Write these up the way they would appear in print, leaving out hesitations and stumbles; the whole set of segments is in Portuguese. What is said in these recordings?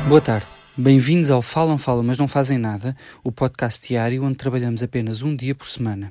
Boa tarde. Bem-vindos ao Falam, mas não fazem nada, o podcast diário onde trabalhamos apenas um dia por semana.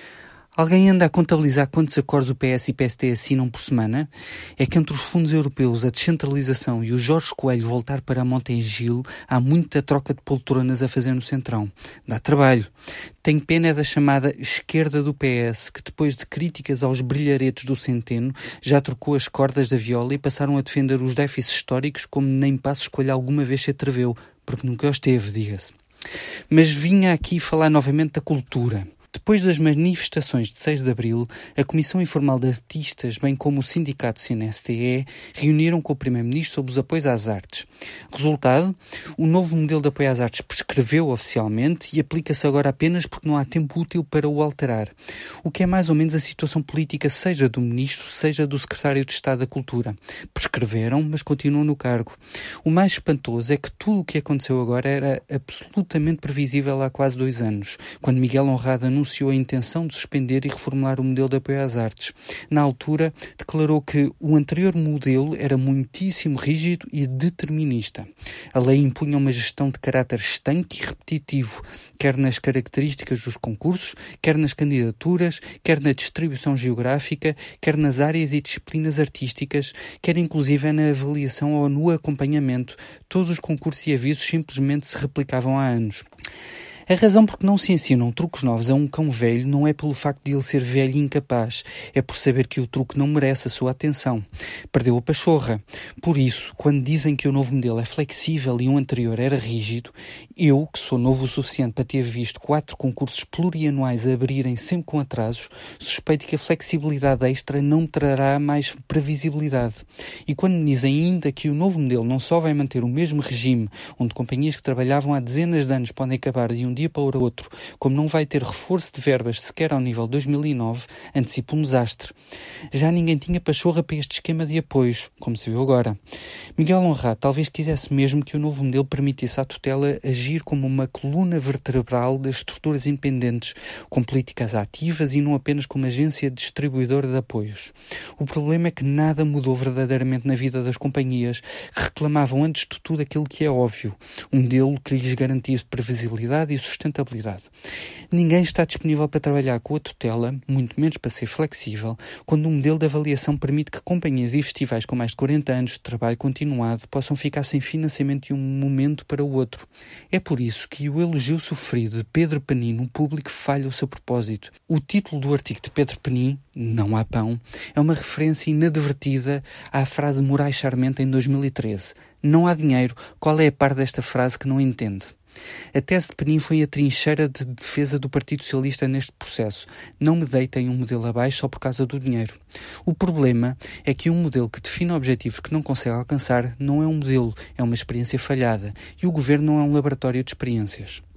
Alguém anda a contabilizar quantos acordos o PS e PST assinam por semana? É que entre os fundos europeus, a descentralização e o Jorge Coelho voltar para Montengil, há muita troca de poltronas a fazer no Centrão. Dá trabalho. Tenho pena da chamada esquerda do PS, que depois de críticas aos brilharetos do Centeno, já trocou as cordas da viola e passaram a defender os déficits históricos como nem Passos Coelho alguma vez se atreveu, porque nunca os teve, diga-se. Mas vinha aqui falar novamente da cultura. Depois das manifestações de 6 de Abril, a Comissão Informal de Artistas, bem como o Sindicato CNSTE, reuniram com o Primeiro-Ministro sobre os apoios às artes. Resultado, o novo modelo de apoio às artes prescreveu oficialmente e aplica-se agora apenas porque não há tempo útil para o alterar. O que é mais ou menos a situação política, seja do Ministro, seja do Secretário de Estado da Cultura. Prescreveram, mas continuam no cargo. O mais espantoso é que tudo o que aconteceu agora era absolutamente previsível há quase 2 anos, quando Miguel Honrado anunciou a intenção de suspender e reformular o modelo de apoio às artes. Na altura, declarou que o anterior modelo era muitíssimo rígido e determinista. A lei impunha uma gestão de caráter estanque e repetitivo, quer nas características dos concursos, quer nas candidaturas, quer na distribuição geográfica, quer nas áreas e disciplinas artísticas, quer inclusive na avaliação ou no acompanhamento. Todos os concursos e avisos simplesmente se replicavam há anos. A razão por que não se ensinam truques novos a um cão velho não é pelo facto de ele ser velho e incapaz, é por saber que o truque não merece a sua atenção. Perdeu a pachorra. Por isso, quando dizem que o novo modelo é flexível e o anterior era rígido, eu, que sou novo o suficiente para ter visto 4 concursos plurianuais a abrirem sempre com atrasos, suspeito que a flexibilidade extra não trará mais previsibilidade. E quando me dizem ainda que o novo modelo não só vai manter o mesmo regime, onde companhias que trabalhavam há dezenas de anos podem acabar de um dia para o outro, como não vai ter reforço de verbas sequer ao nível 2009, antecipa um desastre. Já ninguém tinha pachorra para este esquema de apoios, como se viu agora. Miguel Honrado talvez quisesse mesmo que o novo modelo permitisse à tutela agir como uma coluna vertebral das estruturas independentes, com políticas ativas e não apenas como agência distribuidora de apoios. O problema é que nada mudou verdadeiramente na vida das companhias, que reclamavam antes de tudo aquilo que é óbvio, um modelo que lhes garantisse previsibilidade e sustentabilidade. Ninguém está disponível para trabalhar com a tutela, muito menos para ser flexível, quando o modelo de avaliação permite que companhias e festivais com mais de 40 anos de trabalho continuado possam ficar sem financiamento de um momento para o outro. É por isso que o elogio sofrido de Pedro Penin no público falha o seu propósito. O título do artigo de Pedro Penin, Não há pão, é uma referência inadvertida à frase Moraes Charmente em 2013. Não há dinheiro. Qual é a parte desta frase que não entende? A tese de Penin foi a trincheira de defesa do Partido Socialista neste processo. Não me deitem um modelo abaixo só por causa do dinheiro. O problema é que um modelo que define objetivos que não consegue alcançar não é um modelo, é uma experiência falhada. E o governo não é um laboratório de experiências.